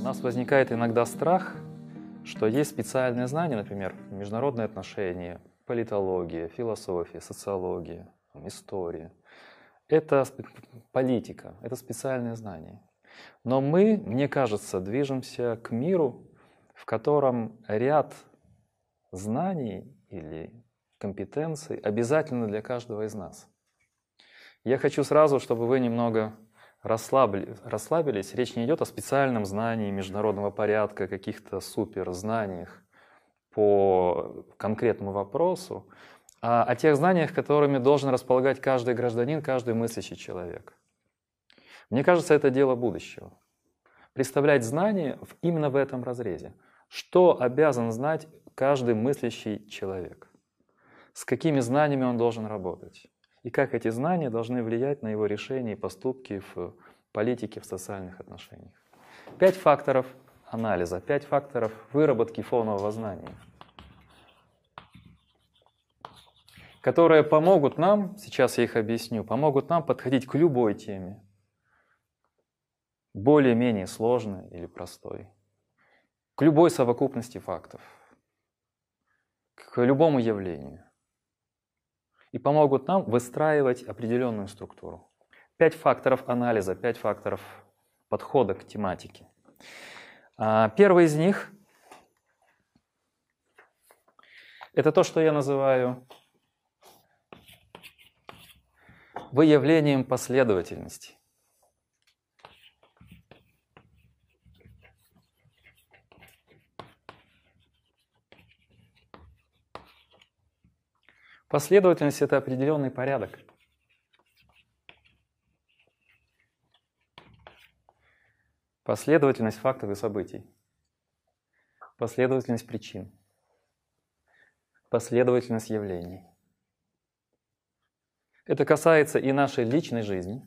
нас возникает иногда страх, что есть специальные знания, например, международные отношения, политология, философия, социология, история. Это политика, это специальные знания. Но мы, мне кажется, движемся к миру, в котором ряд знаний или компетенций обязательно для каждого из нас. Я хочу сразу, чтобы вы немного расслабились. Речь не идет о специальном знании международного порядка, каких-то суперзнаниях по конкретному вопросу, а о тех знаниях, которыми должен располагать каждый гражданин, каждый мыслящий человек. Мне кажется, это дело будущего. Представлять знания именно в этом разрезе. Что обязан знать каждый мыслящий человек? С какими знаниями он должен работать? И как эти знания должны влиять на его решения и поступки в политике, в социальных отношениях. 5 факторов анализа, 5 факторов выработки фонового знания, которые помогут нам, сейчас я их объясню, помогут нам подходить к любой теме, более-менее сложной или простой, к любой совокупности фактов, к любому явлению. И помогут нам выстраивать определенную структуру. 5 факторов анализа, 5 факторов подхода к тематике. Первый из них – это то, что я называю выявлением последовательности. Последовательность – это определенный порядок. Последовательность фактов и событий. Последовательность причин. Последовательность явлений. Это касается и нашей личной жизни.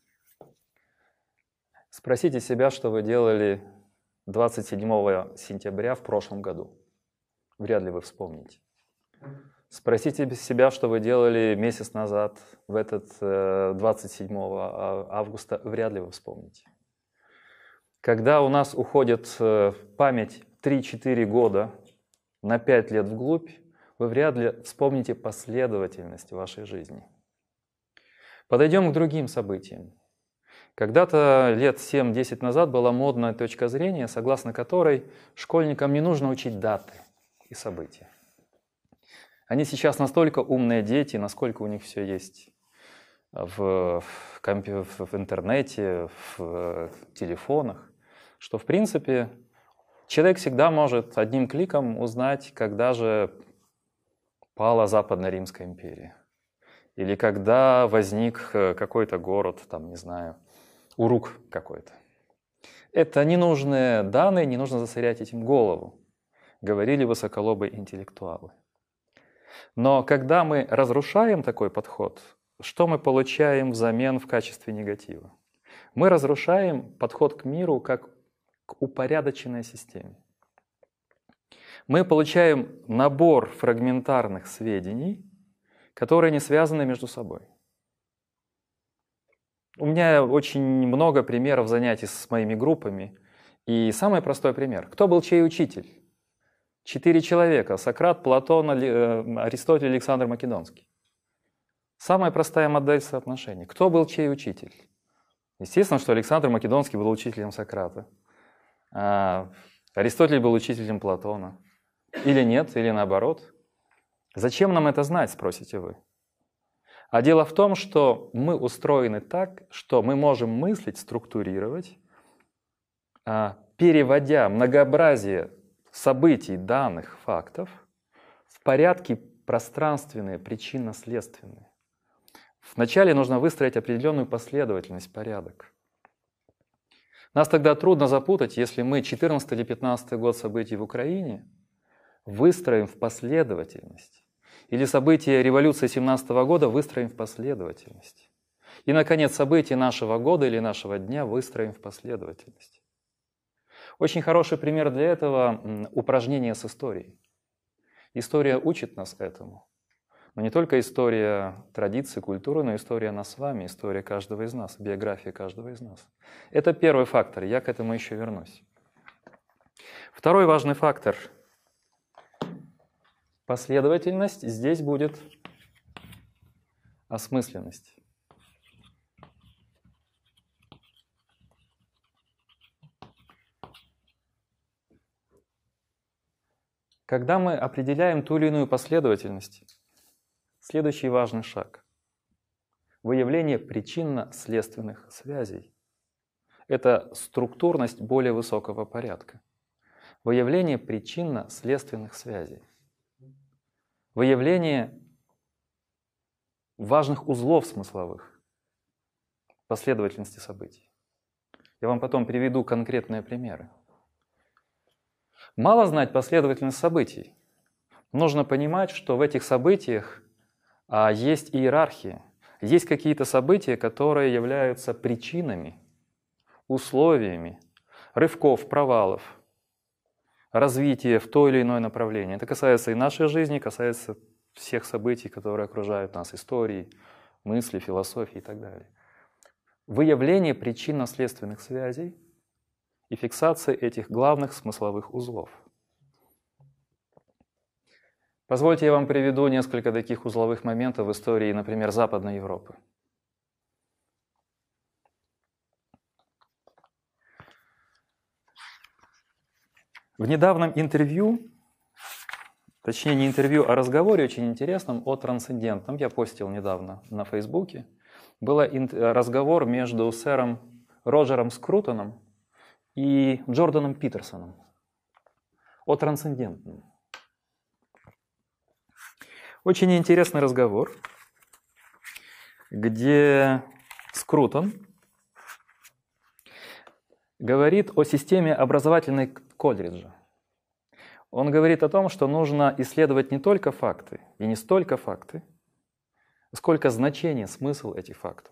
Спросите себя, что вы делали 27 сентября в прошлом году. Вряд ли вы вспомните. Спросите себя, что вы делали месяц назад, в этот 27 августа, вряд ли вы вспомните. Когда у нас уходит память 3-4 года на 5 лет вглубь, вы вряд ли вспомните последовательность вашей жизни. Подойдем к другим событиям. Когда-то лет 7-10 назад была модная точка зрения, согласно которой школьникам не нужно учить даты и события. Они сейчас настолько умные дети, насколько у них все есть в интернете, в телефонах, что в принципе человек всегда может одним кликом узнать, когда же пала Западная Римская империя. Или когда возник какой-то город, там, не знаю, Урук какой-то. Это ненужные данные, не нужно засорять этим голову, говорили высоколобые интеллектуалы. Но когда мы разрушаем такой подход, что мы получаем взамен в качестве негатива? Мы разрушаем подход к миру как к упорядоченной системе. Мы получаем набор фрагментарных сведений, которые не связаны между собой. У меня очень много примеров занятий с моими группами. И самый простой пример. Кто был чей учитель? 4 человека. Сократ, Платон, Аристотель, Александр Македонский. Самая простая модель соотношений. Кто был чей учитель? Естественно, что Александр Македонский был учителем Сократа. А Аристотель был учителем Платона. Или нет, или наоборот. Зачем нам это знать, спросите вы? А дело в том, что мы устроены так, что мы можем мыслить, структурировать, переводя многообразие событий, данных, фактов в порядке пространственные, причинно-следственные. Вначале нужно выстроить определенную последовательность, порядок. Нас тогда трудно запутать, если мы 14 или 15 год событий в Украине выстроим в последовательность. Или события революции 17 года выстроим в последовательность. И, наконец, события нашего года или нашего дня выстроим в последовательность. Очень хороший пример для этого – упражнение с историей. История учит нас этому. Но не только история традиции, культуры, но история нас с вами, история каждого из нас, биография каждого из нас. Это первый фактор, я к этому еще вернусь. Второй важный фактор. Последовательность здесь будет осмысленность. Когда мы определяем ту или иную последовательность, следующий важный шаг – выявление причинно-следственных связей. Это структурность более высокого порядка. Выявление причинно-следственных связей. Выявление важных узлов смысловых последовательности событий. Я вам потом приведу конкретные примеры. Мало знать последовательность событий. Нужно понимать, что в этих событиях есть иерархия. Есть какие-то события, которые являются причинами, условиями рывков, провалов, развития в то или иное направление. Это касается и нашей жизни, касается всех событий, которые окружают нас, истории, мысли, философии и так далее. Выявление причинно-следственных связей и фиксация этих главных смысловых узлов. Позвольте, я вам приведу несколько таких узловых моментов в истории, например, Западной Европы. В недавнем интервью, точнее не интервью, а разговоре очень интересном о трансцендентном, я постил недавно на Фейсбуке, был разговор между сэром Роджером Скрутоном и Джорданом Питерсоном о трансцендентном. Очень интересный разговор, где Скрутон говорит о системе образовательной колледжа. Он говорит о том, что нужно исследовать не только факты, и не столько факты, сколько значение, смысл этих фактов.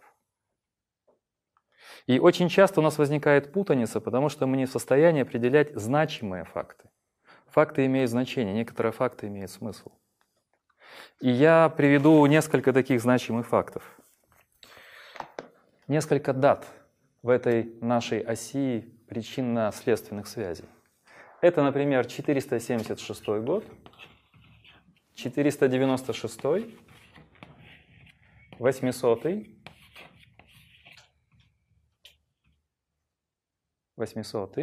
И очень часто у нас возникает путаница, потому что мы не в состоянии определять значимые факты. Факты имеют значение, некоторые факты имеют смысл. И я приведу несколько таких значимых фактов. Несколько дат в этой нашей оси причинно-следственных связей. Это, например, 476 год, 496, 800, 800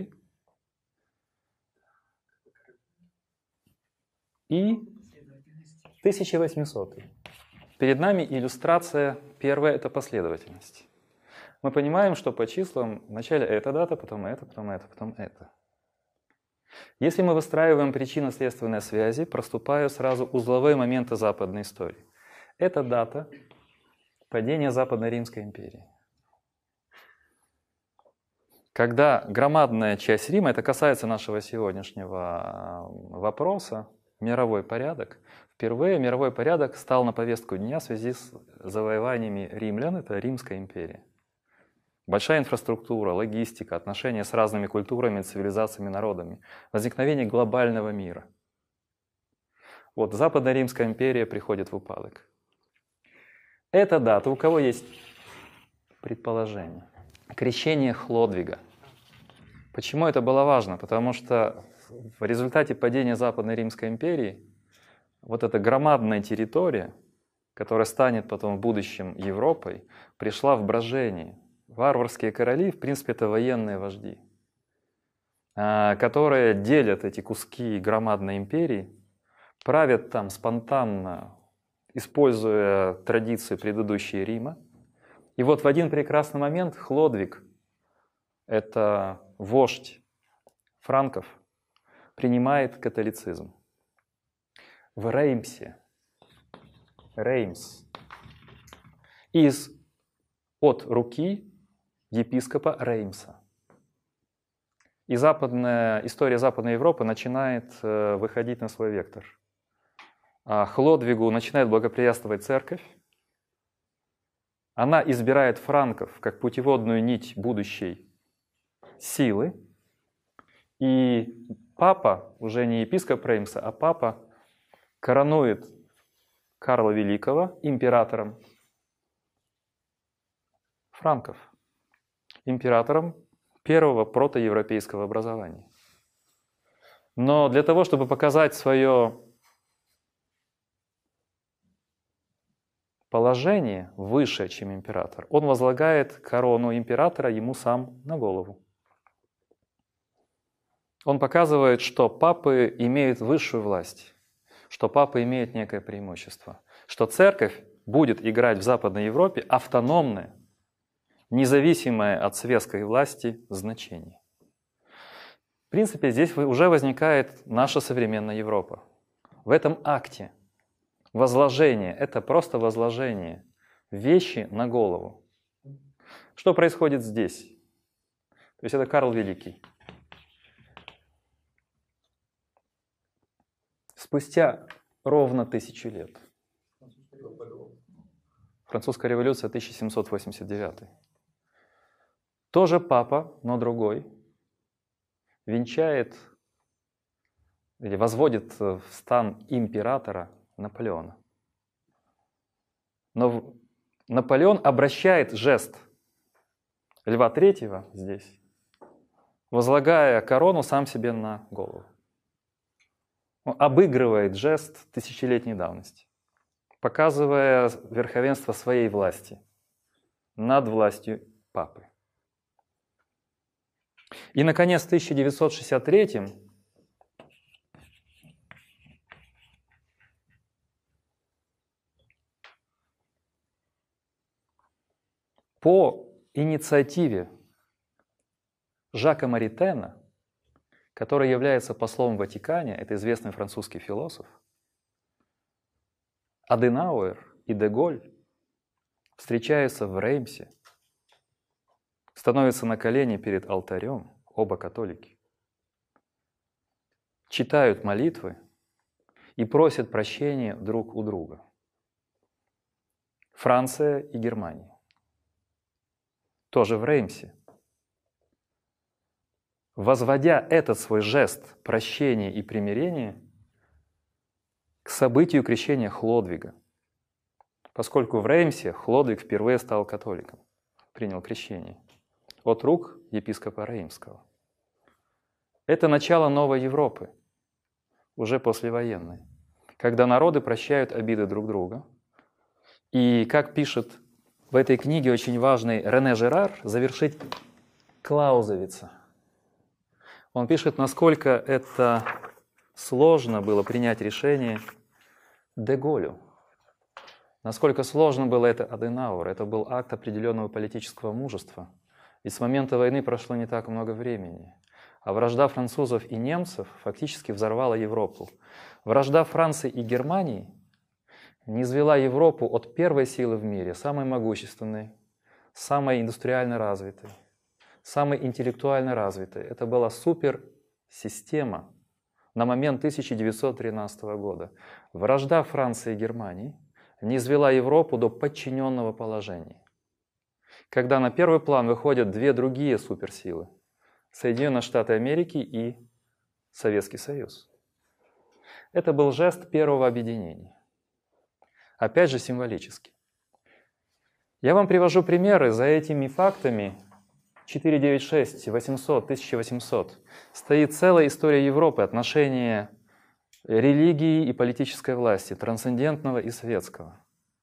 и 1800. Перед нами иллюстрация первая – это последовательность. Мы понимаем, что по числам вначале эта дата, потом это, потом это, потом это. Если мы выстраиваем причинно-следственные связи, проступают сразу узловые моменты западной истории. Это дата падения Западной Римской империи. Когда громадная часть Рима, это касается нашего сегодняшнего вопроса, мировой порядок, впервые мировой порядок стал на повестку дня в связи с завоеваниями римлян, это Римская империя. Большая инфраструктура, логистика, отношения с разными культурами, цивилизациями, народами, возникновение глобального мира. Вот Западная Римская империя приходит в упадок. Эта дата, у кого есть предположение? Крещение Хлодвига. Почему это было важно? Потому что в результате падения Западной Римской империи вот эта громадная территория, которая станет потом в будущем Европой, пришла в брожение. Варварские короли, в принципе, это военные вожди, которые делят эти куски громадной империи, правят там спонтанно, используя традиции предыдущей Рима. И вот в один прекрасный момент Хлодвиг, это вождь франков, принимает католицизм. В Реймсе, Реймс, от руки епископа Реймса. И история Западной Европы начинает выходить на свой вектор. Хлодвигу начинает благоприятствовать церковь. Она избирает франков как путеводную нить будущей силы. И папа, уже не епископ Реймса, а папа коронует Карла Великого императором франков, императором первого протоевропейского образования. Но для того, чтобы показать свое положение выше, чем император, он возлагает корону императора ему сам на голову. Он показывает, что папы имеют высшую власть, что папы имеют некое преимущество, что церковь будет играть в Западной Европе автономное, независимое от светской власти значение. В принципе, здесь уже возникает наша современная Европа. В этом акте возложение – это просто возложение вещи на голову. Что происходит здесь? То есть это Карл Великий. Спустя ровно 1000 лет. Французская революция 1789. Тоже папа, но другой, венчает или возводит в стан императора Наполеона. Но Наполеон обращает жест Льва III здесь, возлагая корону сам себе на голову. Он обыгрывает жест тысячелетней давности, показывая верховенство своей власти над властью папы. И, наконец, в 1963 по инициативе Жака Маритена, который является послом в Ватикане, это известный французский философ, Аденауэр и де Голь встречаются в Реймсе, становятся на колени перед алтарем, оба католики, читают молитвы и просят прощения друг у друга. Франция и Германия. Тоже в Реймсе. Возводя этот свой жест прощения и примирения к событию крещения Хлодвига, поскольку в Реймсе Хлодвиг впервые стал католиком, принял крещение от рук епископа Реймского. Это начало новой Европы, уже послевоенной, когда народы прощают обиды друг друга. И, как пишет в этой книге очень важный Рене Жерар, завершить Клаузевица. Он пишет, насколько это сложно было принять решение де Голлю, насколько сложно было это Аденауэру. Это был акт определенного политического мужества. И с момента войны прошло не так много времени. А вражда французов и немцев фактически взорвала Европу. Вражда Франции и Германии низвела Европу от первой силы в мире, самой могущественной, самой индустриально развитой, самой интеллектуально развитой. Это была суперсистема на момент 1913 года. Вражда Франции и Германии низвела Европу до подчиненного положения. Когда на первый план выходят две другие суперсилы – Соединенные Штаты Америки и Советский Союз. Это был жест первого объединения. Опять же символически. Я вам привожу примеры. За этими фактами 496, 800, 1800 стоит целая история Европы, отношения религии и политической власти, трансцендентного и светского.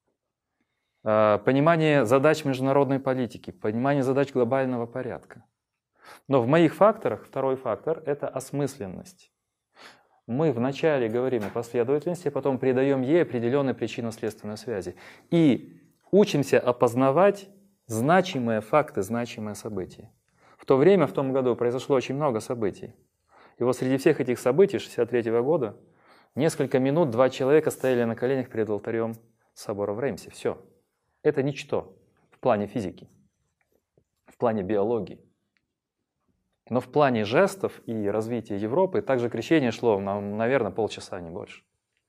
Понимание задач международной политики, понимание задач глобального порядка. Но в моих факторах второй фактор – это осмысленность. Мы вначале говорим о последовательности, а потом придаем ей определенные причинно-следственные связи. И учимся опознавать значимые факты, значимые события. В то время, в том году, произошло очень много событий. И вот среди всех этих событий 1963 года несколько минут два человека стояли на коленях перед алтарем собора в Реймсе. Все. Это ничто в плане физики, в плане биологии. Но в плане жестов и развития Европы также крещение шло, наверное, полчаса, не больше.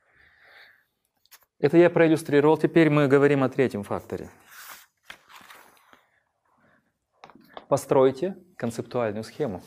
Это я проиллюстрировал. Теперь мы говорим о третьем факторе. Постройте концептуальную схему.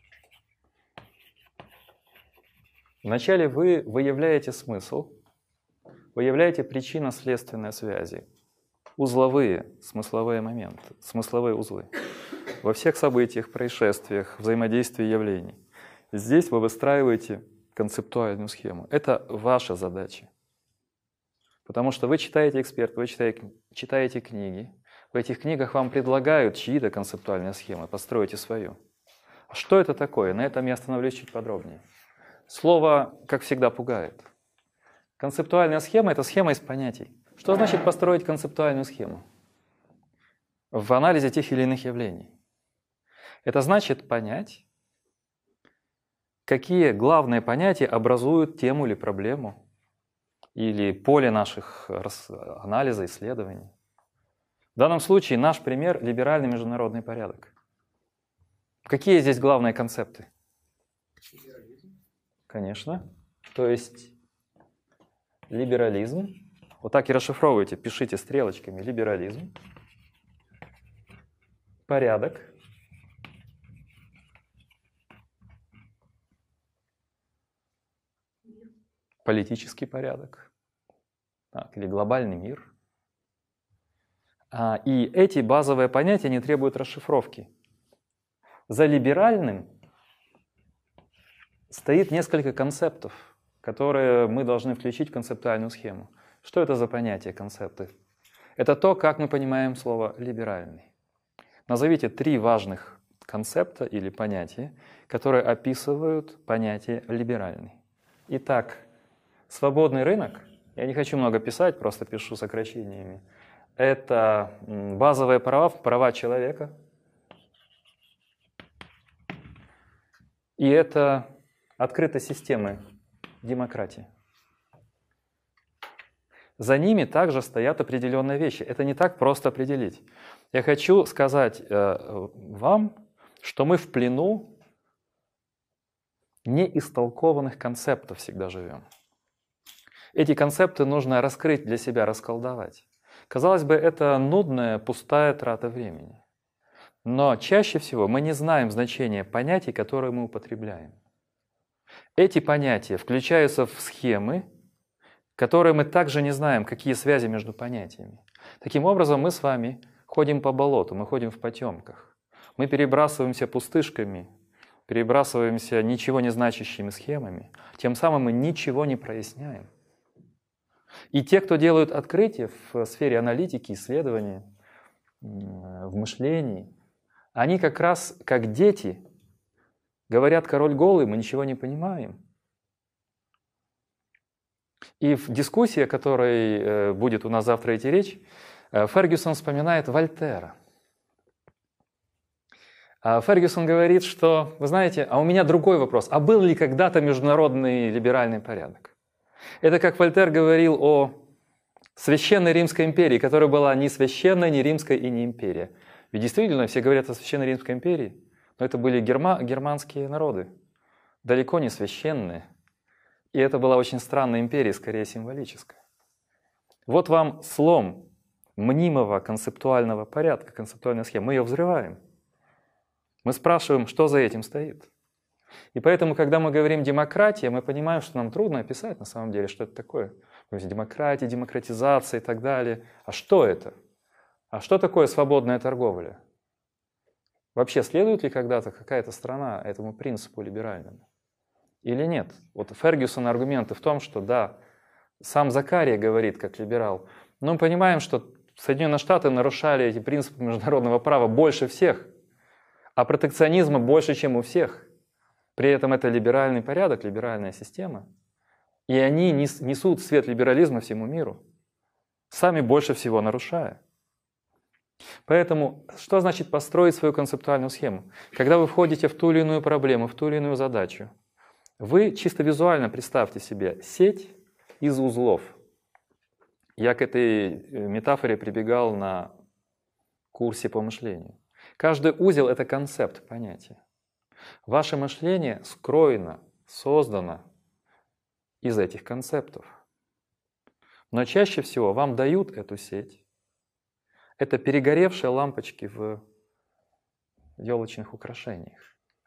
Вначале вы выявляете смысл выявляете причинно-следственные связи, узловые, смысловые моменты, смысловые узлы во всех событиях, происшествиях, взаимодействии явлений. Здесь вы выстраиваете концептуальную схему. Это ваша задача. Потому что вы читаете эксперт, вы читаете книги. В этих книгах вам предлагают чьи-то концептуальные схемы, постройте свою. А что это такое? На этом я остановлюсь чуть подробнее. Слово, как всегда, пугает. Концептуальная схема – это схема из понятий. Что значит построить концептуальную схему? В анализе тех или иных явлений. Это значит понять, какие главные понятия образуют тему или проблему, или поле наших анализа, исследований. В данном случае наш пример – либеральный международный порядок. Какие здесь главные концепты? Конечно. То есть либерализм. Вот так и расшифровывайте, пишите стрелочками. Либерализм. Порядок. Политический порядок. Так, или глобальный мир. И эти базовые понятия не требуют расшифровки. За либеральным стоит несколько концептов, которые мы должны включить в концептуальную схему. Что это за понятия, концепты? Это то, как мы понимаем слово «либеральный». Назовите 3 важных концепта или понятия, которые описывают понятие «либеральный». Итак, свободный рынок, я не хочу много писать, просто пишу сокращениями, это базовые права человека, и это открытость системы демократии. За ними также стоят определенные вещи. Это не так просто определить. Я хочу сказать вам, что мы в плену неистолкованных концептов всегда живем. Эти концепты нужно раскрыть для себя, расколдовать. Казалось бы, это нудная, пустая трата времени. Но чаще всего мы не знаем значения понятий, которые мы употребляем. Эти понятия включаются в схемы, которые мы также не знаем, какие связи между понятиями. Таким образом, мы с вами ходим по болоту, мы ходим в потемках. Мы перебрасываемся пустышками, перебрасываемся ничего не значащими схемами. Тем самым мы ничего не проясняем. И те, кто делают открытия в сфере аналитики, исследования, в мышлении, они как раз, как дети, говорят: король голый, мы ничего не понимаем. И в дискуссии, о которой будет у нас завтра идти речь, Фергюсон вспоминает Вольтера. Фергюсон говорит, что, вы знаете, а у меня другой вопрос. А был ли когда-то международный либеральный порядок? Это как Вольтер говорил о Священной Римской империи, которая была ни священной, ни римской и не империя. Ведь действительно все говорят о Священной Римской империи, но это были германские народы, далеко не священные. И это была очень странная империя, скорее символическая. Вот вам слом мнимого концептуального порядка, концептуальной схемы. Мы ее взрываем. Мы спрашиваем, что за этим стоит. И поэтому, когда мы говорим «демократия», мы понимаем, что нам трудно описать на самом деле, что это такое. Демократия, демократизация и так далее. А что это? А что такое свободная торговля? Вообще, следует ли когда-то какая-то страна этому принципу либеральному? Или нет? Вот Фергюсона аргументы в том, что да, сам Закария говорит как либерал, но мы понимаем, что Соединенные Штаты нарушали эти принципы международного права больше всех, а протекционизма больше, чем у всех. При этом это либеральный порядок, либеральная система. И они несут свет либерализма всему миру, сами больше всего нарушая. Поэтому, что значит построить свою концептуальную схему? Когда вы входите в ту или иную проблему, в ту или иную задачу, вы чисто визуально представьте себе сеть из узлов. Я к этой метафоре прибегал на курсе по мышлению. Каждый узел – это концепт, понятие. Ваше мышление скроено, создано из этих концептов. Но чаще всего вам дают эту сеть. Это перегоревшие лампочки в елочных украшениях.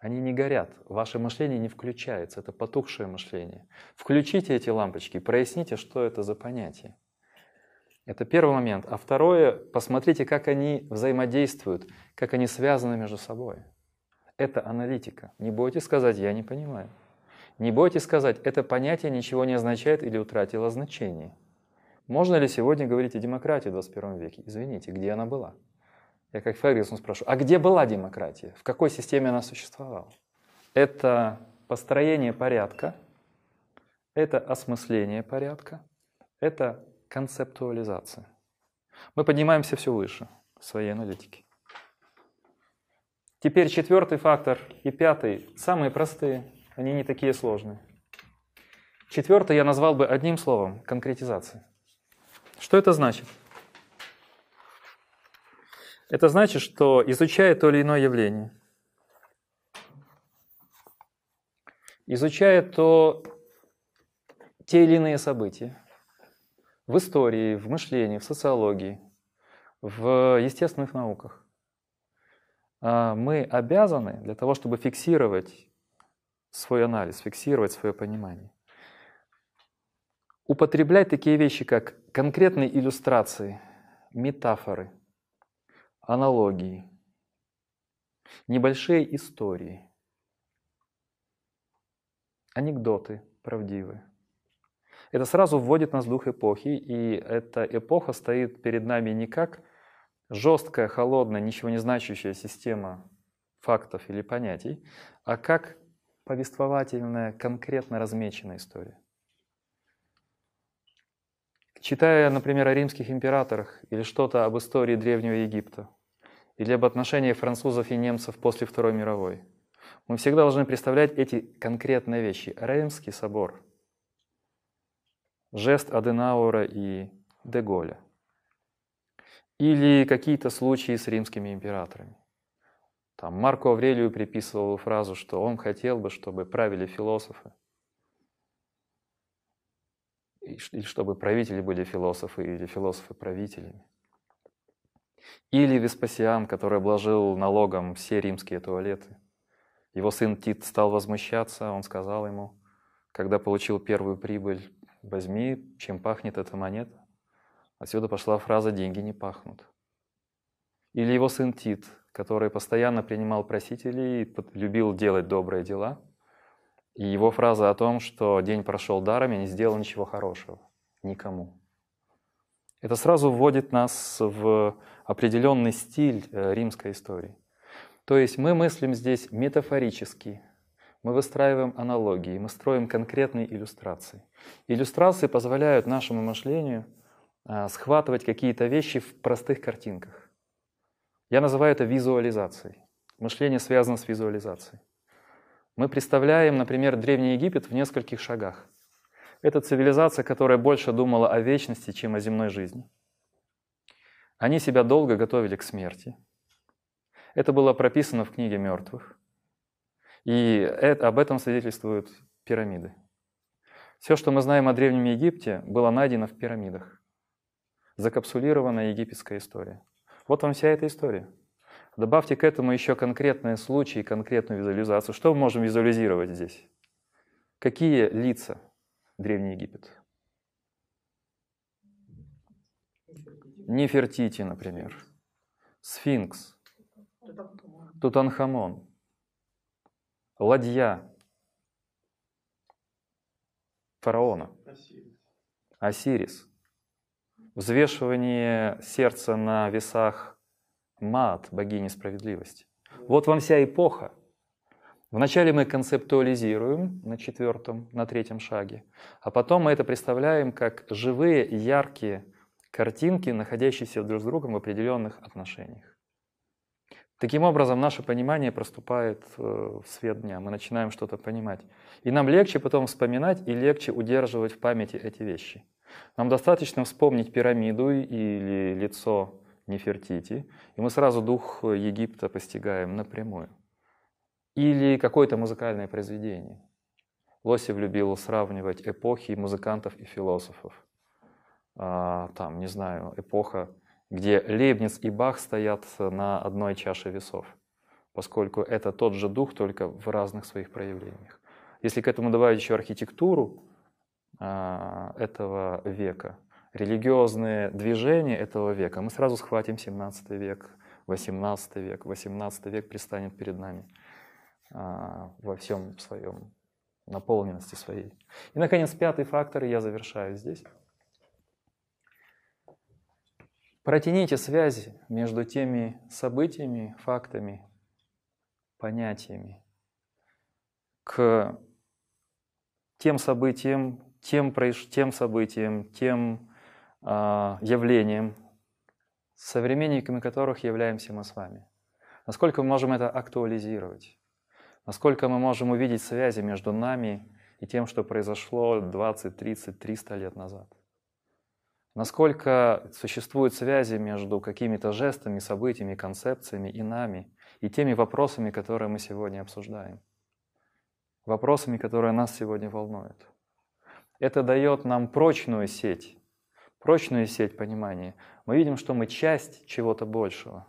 Они не горят, ваше мышление не включается, это потухшее мышление. Включите эти лампочки, проясните, что это за понятие. Это первый момент. А второе, посмотрите, как они взаимодействуют, как они связаны между собой. Это аналитика. Не бойтесь сказать «я не понимаю». Не бойтесь сказать «это понятие ничего не означает или утратило значение». Можно ли сегодня говорить о демократии в 21 веке? Извините, где она была? Я как Фергюсон спрошу, а где была демократия? В какой системе она существовала? Это построение порядка, это осмысление порядка, это концептуализация. Мы поднимаемся все выше в своей аналитике. Теперь четвертый фактор и пятый, самые простые, они не такие сложные. Четвертый я назвал бы одним словом – конкретизация. Что это значит? Это значит, что изучая то или иное явление, изучая те или иные события в истории, в мышлении, в социологии, в естественных науках, мы обязаны для того, чтобы фиксировать свой анализ, фиксировать свое понимание, употреблять такие вещи, как конкретные иллюстрации, метафоры, аналогии, небольшие истории, анекдоты правдивые. Это сразу вводит нас в дух эпохи, и эта эпоха стоит перед нами не как жесткая, холодная, ничего не значащая система фактов или понятий, а как повествовательная, конкретно размеченная история. Читая, например, о римских императорах или что-то об истории Древнего Египта, или об отношениях французов и немцев после Второй мировой, мы всегда должны представлять эти конкретные вещи. Реймский собор, жест Аденауэра и де Голля, или какие-то случаи с римскими императорами. Там Марку Аврелию приписывал фразу, что он хотел бы, чтобы правили философы, или чтобы правители были философы, или философы правителями. Или Веспасиан, который обложил налогом все римские туалеты. Его сын Тит стал возмущаться, он сказал ему, когда получил первую прибыль: возьми, чем пахнет эта монета. Отсюда пошла фраза «деньги не пахнут». Или его сын Тит, который постоянно принимал просителей и любил делать добрые дела. И его фраза о том, что день прошел даром, я не сделал ничего хорошего никому. Это сразу вводит нас в определенный стиль римской истории. То есть мы мыслим здесь метафорически, мы выстраиваем аналогии, мы строим конкретные иллюстрации. Иллюстрации позволяют нашему мышлению схватывать какие-то вещи в простых картинках. Я называю это визуализацией. Мышление связано с визуализацией. Мы представляем, например, Древний Египет в нескольких шагах. Это цивилизация, которая больше думала о вечности, чем о земной жизни. Они себя долго готовили к смерти. Это было прописано в книге мертвых. И об этом свидетельствуют пирамиды. Все, что мы знаем о Древнем Египте, было найдено в пирамидах. Закапсулированная египетская история. Вот вам вся эта история. Добавьте к этому еще конкретные случаи, конкретную визуализацию. Что мы можем визуализировать здесь? Какие лица Древний Египет? Нефертити, например. Сфинкс. Тутанхамон. Ладья фараона. Осирис. Взвешивание сердца на весах Маат, богини справедливости. Вот вам вся эпоха. Вначале мы концептуализируем на четвертом, на третьем шаге, а потом мы это представляем как живые, яркие картинки, находящиеся друг с другом в определенных отношениях. Таким образом, наше понимание проступает в свет дня, мы начинаем что-то понимать. И нам легче потом вспоминать и легче удерживать в памяти эти вещи. Нам достаточно вспомнить пирамиду или лицо Нефертити, и мы сразу дух Египта постигаем напрямую. Или какое-то музыкальное произведение. Лосев любил сравнивать эпохи музыкантов и философов. Там, не знаю, эпоха, где Лейбниц и Бах стоят на одной чаше весов. поскольку это тот же дух, только в разных своих проявлениях. Если к этому добавить еще архитектуру этого века, религиозные движения этого века, мы сразу схватим 17 век, 18 век. 18 век предстанет перед нами во всем своем наполненности своей. И, наконец, пятый фактор, и я завершаю здесь. Протяните связи между теми событиями, фактами, понятиями к тем событиям, тем явлениям, современниками которых являемся мы с вами. Насколько мы можем это актуализировать? Насколько мы можем увидеть связи между нами и тем, что произошло 20, 30, 300 лет назад? Насколько существуют связи между какими-то жестами, событиями, концепциями и нами, и теми вопросами, которые мы сегодня обсуждаем? Вопросами, которые нас сегодня волнуют. Это дает нам прочную сеть понимания. Мы видим, что мы часть чего-то большего.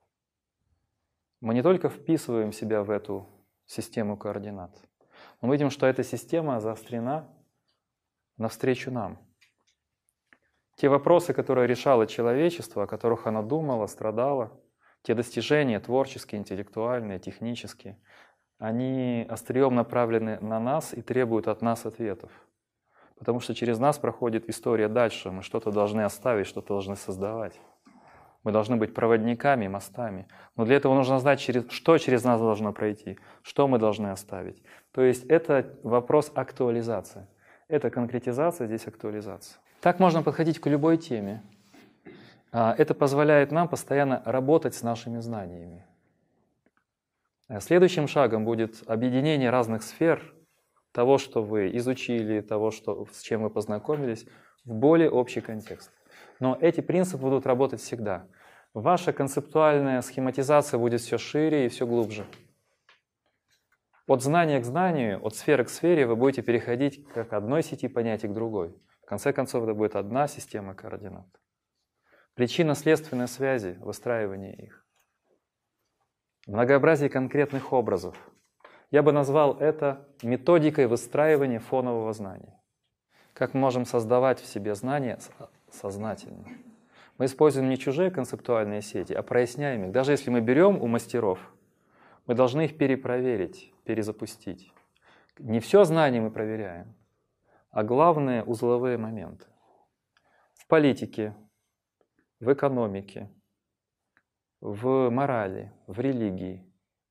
Мы не только вписываем себя в эту систему координат, но мы видим, что эта система заострена навстречу нам. Те вопросы, которые решало человечество, о которых оно думало, страдало, те достижения творческие, интеллектуальные, технические, они острием направлены на нас и требуют от нас ответов. Потому что через нас проходит история дальше. Мы что-то должны оставить, что-то должны создавать. Мы должны быть проводниками, мостами. Но для этого нужно знать, что через нас должно пройти, что мы должны оставить. То есть это вопрос актуализации. Это конкретизация, здесь актуализация. Так можно подходить к любой теме. Это позволяет нам постоянно работать с нашими знаниями. Следующим шагом будет объединение разных сфер того, что вы изучили, того, с чем вы познакомились, в более общий контекст. Но эти принципы будут работать всегда. Ваша концептуальная схематизация будет все шире и все глубже. От знания к знанию, от сферы к сфере вы будете переходить как к одной сети понятий к другой. В конце концов, это будет одна система координат. Причинно-следственные связи, выстраивание их. Многообразие конкретных образов. Я бы назвал это методикой выстраивания фонового знания. Как мы можем создавать в себе знания сознательно. Мы используем не чужие концептуальные сети, а проясняем их. Даже если мы берем у мастеров, мы должны их перепроверить, перезапустить. Не все знание мы проверяем, а главные узловые моменты. В политике, в экономике, в морали, в религии,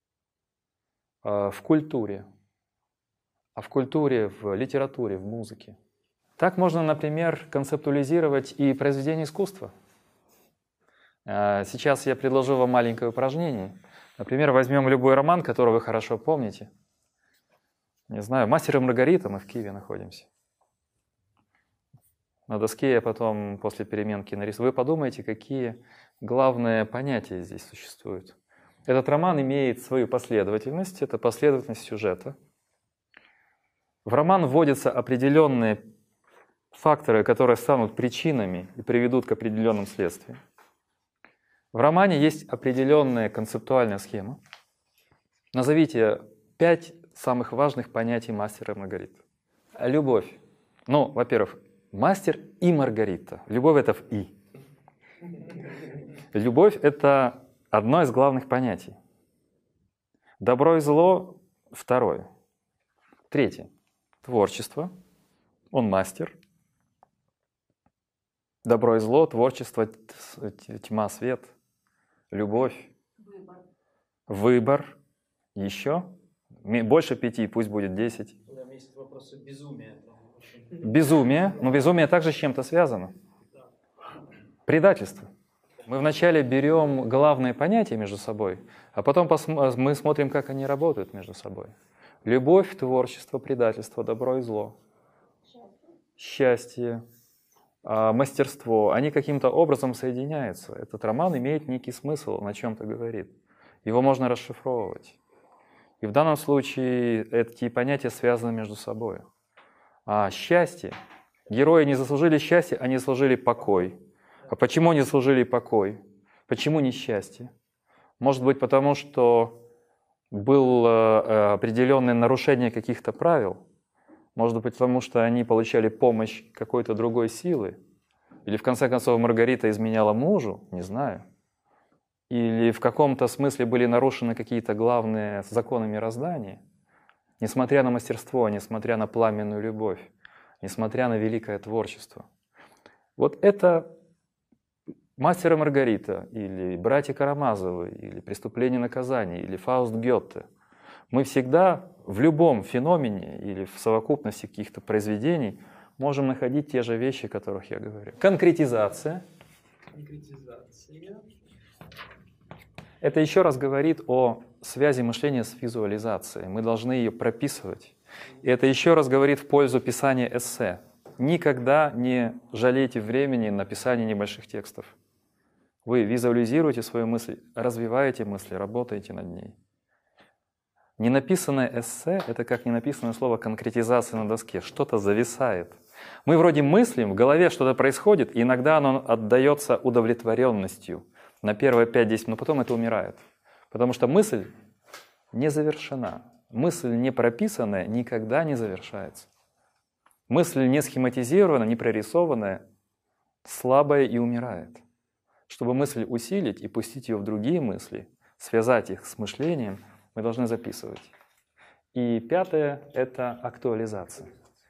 в культуре, в литературе, в музыке. Так можно, например, концептуализировать и произведение искусства. Сейчас я предложу вам маленькое упражнение. Например, возьмем любой роман, который вы хорошо помните. Не знаю, «Мастер и Маргарита», мы в Киеве находимся. На доске я потом после переменки нарисую. Вы подумайте, какие главные понятия здесь существуют. Этот роман имеет свою последовательность, это последовательность сюжета. В роман вводятся определенные факторы, которые станут причинами и приведут к определенным следствиям. В романе есть определенная концептуальная схема. Назовите 5 самых важных понятий «Мастера и Маргариты». Любовь. Ну, во-первых, мастер и Маргарита. Любовь — это в «и». Любовь — это одно из главных понятий. Добро и зло — второе. Третье. Творчество. Он мастер. Добро и зло, творчество, тьма, свет. Любовь. Выбор. Еще. Больше 5, пусть будет 10. У меня есть вопросы безумия. Безумие. Но безумие также с чем-то связано. Предательство. Мы вначале берем главные понятия между собой, а потом мы смотрим, как они работают между собой. Любовь, творчество, предательство, добро и зло. Счастье, мастерство. Они каким-то образом соединяются. Этот роман имеет некий смысл, он о чем-то говорит. Его можно расшифровывать. И в данном случае эти понятия связаны между собой. А счастье. Герои не заслужили счастья, они заслужили покой. А почему они заслужили покой? Почему несчастье? Может быть, потому что было определенное нарушение каких-то правил, может быть, потому что они получали помощь какой-то другой силы, или в конце концов Маргарита изменяла мужу, не знаю, или в каком-то смысле были нарушены какие-то главные законы мироздания, несмотря на мастерство, несмотря на пламенную любовь, несмотря на великое творчество. Вот это «Мастер и Маргарита», или «Братья Карамазовы», или «Преступление и наказание», или «Фауст Гёте». Мы всегда в любом феномене или в совокупности каких-то произведений можем находить те же вещи, о которых я говорю. Конкретизация. Это еще раз говорит о связи мышления с визуализацией. Мы должны ее прописывать. И это еще раз говорит в пользу писания эссе. Никогда не жалейте времени на написание небольших текстов. Вы визуализируете свою мысль, развиваете мысли, работаете над ней. Ненаписанное эссе — это как ненаписанное слово конкретизация на доске. Что-то зависает. Мы вроде мыслим, в голове что-то происходит, и иногда оно отдается удовлетворенностью на первые 5-10 минут, потом это умирает. Потому что мысль не завершена. Мысль не прописанная никогда не завершается. Мысль не схематизированная, не прорисованная, слабая и умирает. Чтобы мысль усилить и пустить ее в другие мысли, связать их с мышлением, мы должны записывать. И пятое — это актуализация.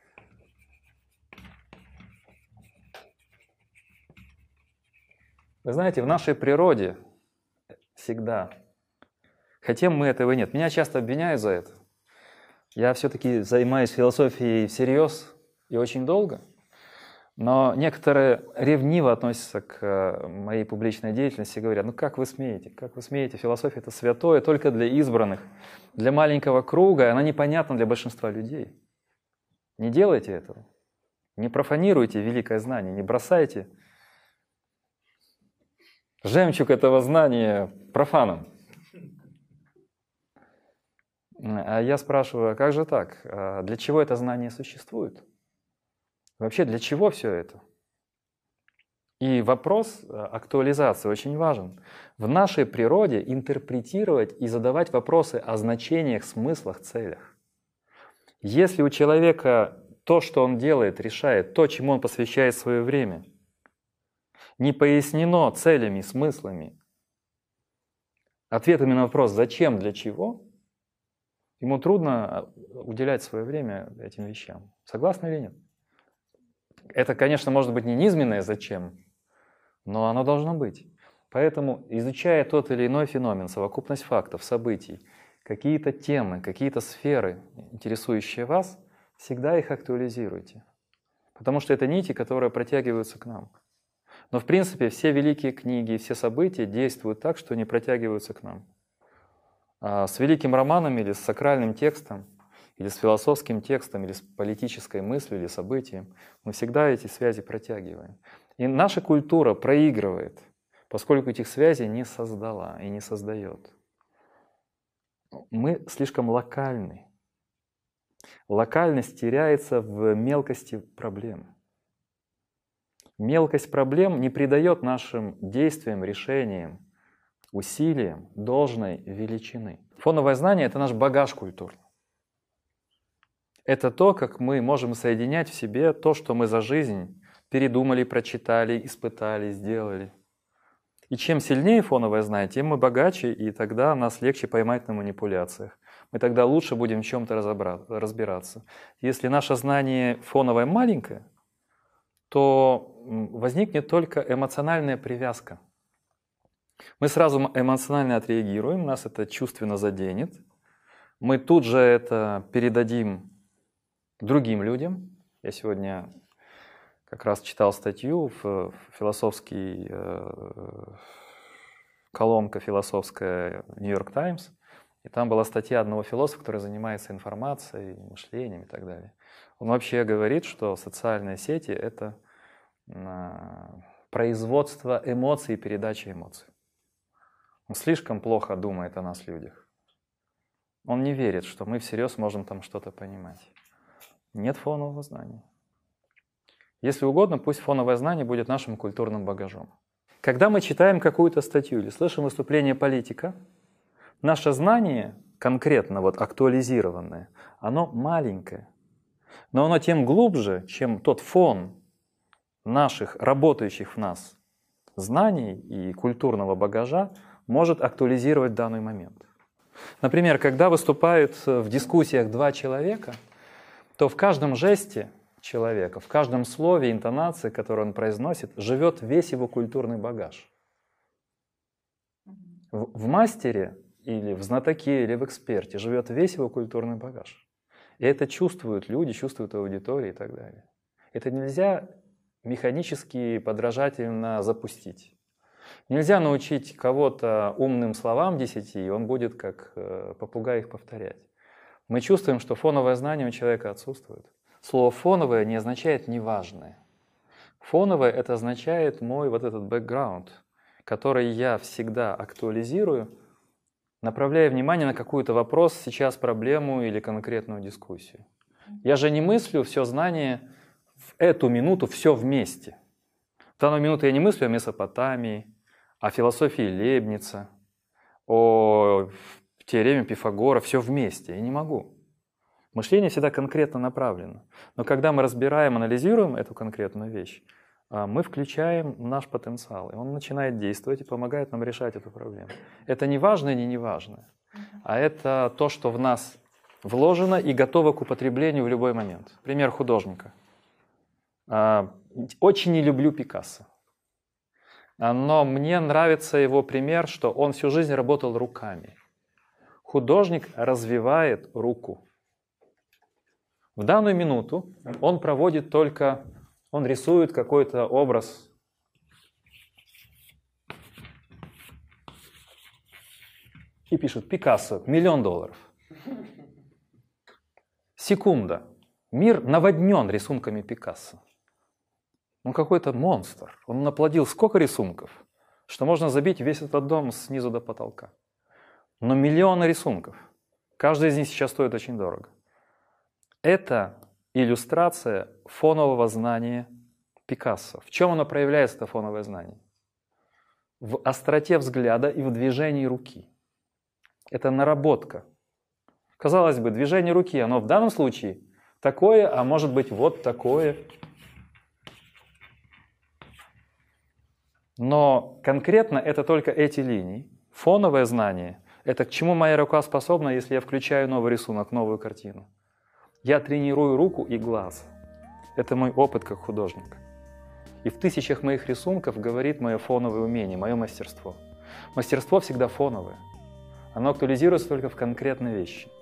Вы знаете, в нашей природе всегда, хотим мы этого или нет, меня часто обвиняют за это. Я все-таки занимаюсь философией всерьез и очень долго, но некоторые ревниво относятся к моей публичной деятельности и говорят: ну как вы смеете, философия — это святое только для избранных, для маленького круга, и она непонятна для большинства людей. Не делайте этого, не профанируйте великое знание, не бросайте жемчуг этого знания профанам. А я спрашиваю: а как же так? Для чего это знание существует? Вообще, для чего все это? И вопрос актуализации очень важен. В нашей природе интерпретировать и задавать вопросы о значениях, смыслах, целях. Если у человека то, что он делает, решает, то, чему он посвящает свое время, не пояснено целями, смыслами, ответами на вопрос «зачем?», «для чего?», ему трудно уделять свое время этим вещам. Согласны или нет? Это, конечно, может быть не низменное «зачем?», но оно должно быть. Поэтому, изучая тот или иной феномен, совокупность фактов, событий, какие-то темы, какие-то сферы, интересующие вас, всегда их актуализируйте. Потому что это нити, которые протягиваются к нам. Но, в принципе, все великие книги, все события действуют так, что они протягиваются к нам. С великим романом или с сакральным текстом, или с философским текстом, или с политической мыслью, или событием, мы всегда эти связи протягиваем. И наша культура проигрывает, поскольку этих связей не создала и не создает. Мы слишком локальны. Локальность теряется в мелкости проблем. Мелкость проблем не придает нашим действиям, решениям, усилиям должной величины. Фоновое знание — это наш багаж культурный. Это то, как мы можем соединять в себе то, что мы за жизнь передумали, прочитали, испытали, сделали. И чем сильнее фоновое знание, тем мы богаче, и тогда нас легче поймать на манипуляциях. Мы тогда лучше будем в чем-то разбираться. Если наше знание фоновое маленькое, то возникнет только эмоциональная привязка. Мы сразу эмоционально отреагируем, нас это чувственно заденет. Мы тут же это передадим другим людям. Я сегодня как раз читал статью в философский, колонка философская «Нью-Йорк Таймс», и там была статья одного философа, который занимается информацией, мышлением и так далее. Он вообще говорит, что социальные сети — это производство эмоций и передача эмоций. Он слишком плохо думает о нас, людях. Он не верит, что мы всерьез можем там что-то понимать. Нет фонового знания. Если угодно, пусть фоновое знание будет нашим культурным багажом. Когда мы читаем какую-то статью или слышим выступление политика, наше знание конкретно вот актуализированное, оно маленькое. Но оно тем глубже, чем тот фон наших, работающих в нас знаний и культурного багажа может актуализировать данный момент. Например, когда выступают в дискуссиях два человека, то в каждом жесте человека, в каждом слове, интонации, которую он произносит, живет весь его культурный багаж. В мастере или в знатоке, или в эксперте живет весь его культурный багаж. И это чувствуют люди, чувствуют аудитория и так далее. Это нельзя механически, подражательно запустить. Нельзя научить кого-то умным словам 10, и он будет как попугай их повторять. Мы чувствуем, что фоновое знание у человека отсутствует. Слово «фоновое» не означает «неважное». Фоновое — это означает мой вот этот бэкграунд, который я всегда актуализирую, направляя внимание на какой-то вопрос, сейчас проблему или конкретную дискуссию. Я же не мыслю все знание в эту минуту все вместе. В данную минуту я не мыслю о Месопотамии, о философии Лейбница, о теореме Пифагора, все вместе. Я не могу. Мышление всегда конкретно направлено. Но когда мы разбираем, анализируем эту конкретную вещь, мы включаем наш потенциал, и он начинает действовать и помогает нам решать эту проблему. Это не важное, не неважное, а это то, что в нас вложено и готово к употреблению в любой момент. Пример художника. Очень не люблю Пикассо, но мне нравится его пример, что он всю жизнь работал руками. Художник развивает руку. В данную минуту он проводит только... Он рисует какой-то образ. И пишет: Пикассо, $1 миллион. Секунда. Мир наводнен рисунками Пикассо. Он какой-то монстр. Он наплодил сколько рисунков, что можно забить весь этот дом снизу до потолка. Но миллионы рисунков. Каждый из них сейчас стоит очень дорого. Это иллюстрация фонового знания Пикассо. В чем оно проявляется, это фоновое знание? В остроте взгляда и в движении руки. Это наработка. Казалось бы, движение руки, оно в данном случае такое, а может быть вот такое. Но конкретно это только эти линии. Фоновое знание — это к чему моя рука способна, если я включаю новый рисунок, новую картину. Я тренирую руку и глаз. Это мой опыт как художника. И в тысячах моих рисунков говорит мое фоновое умение, мое мастерство. Мастерство всегда фоновое. Оно актуализируется только в конкретной вещи.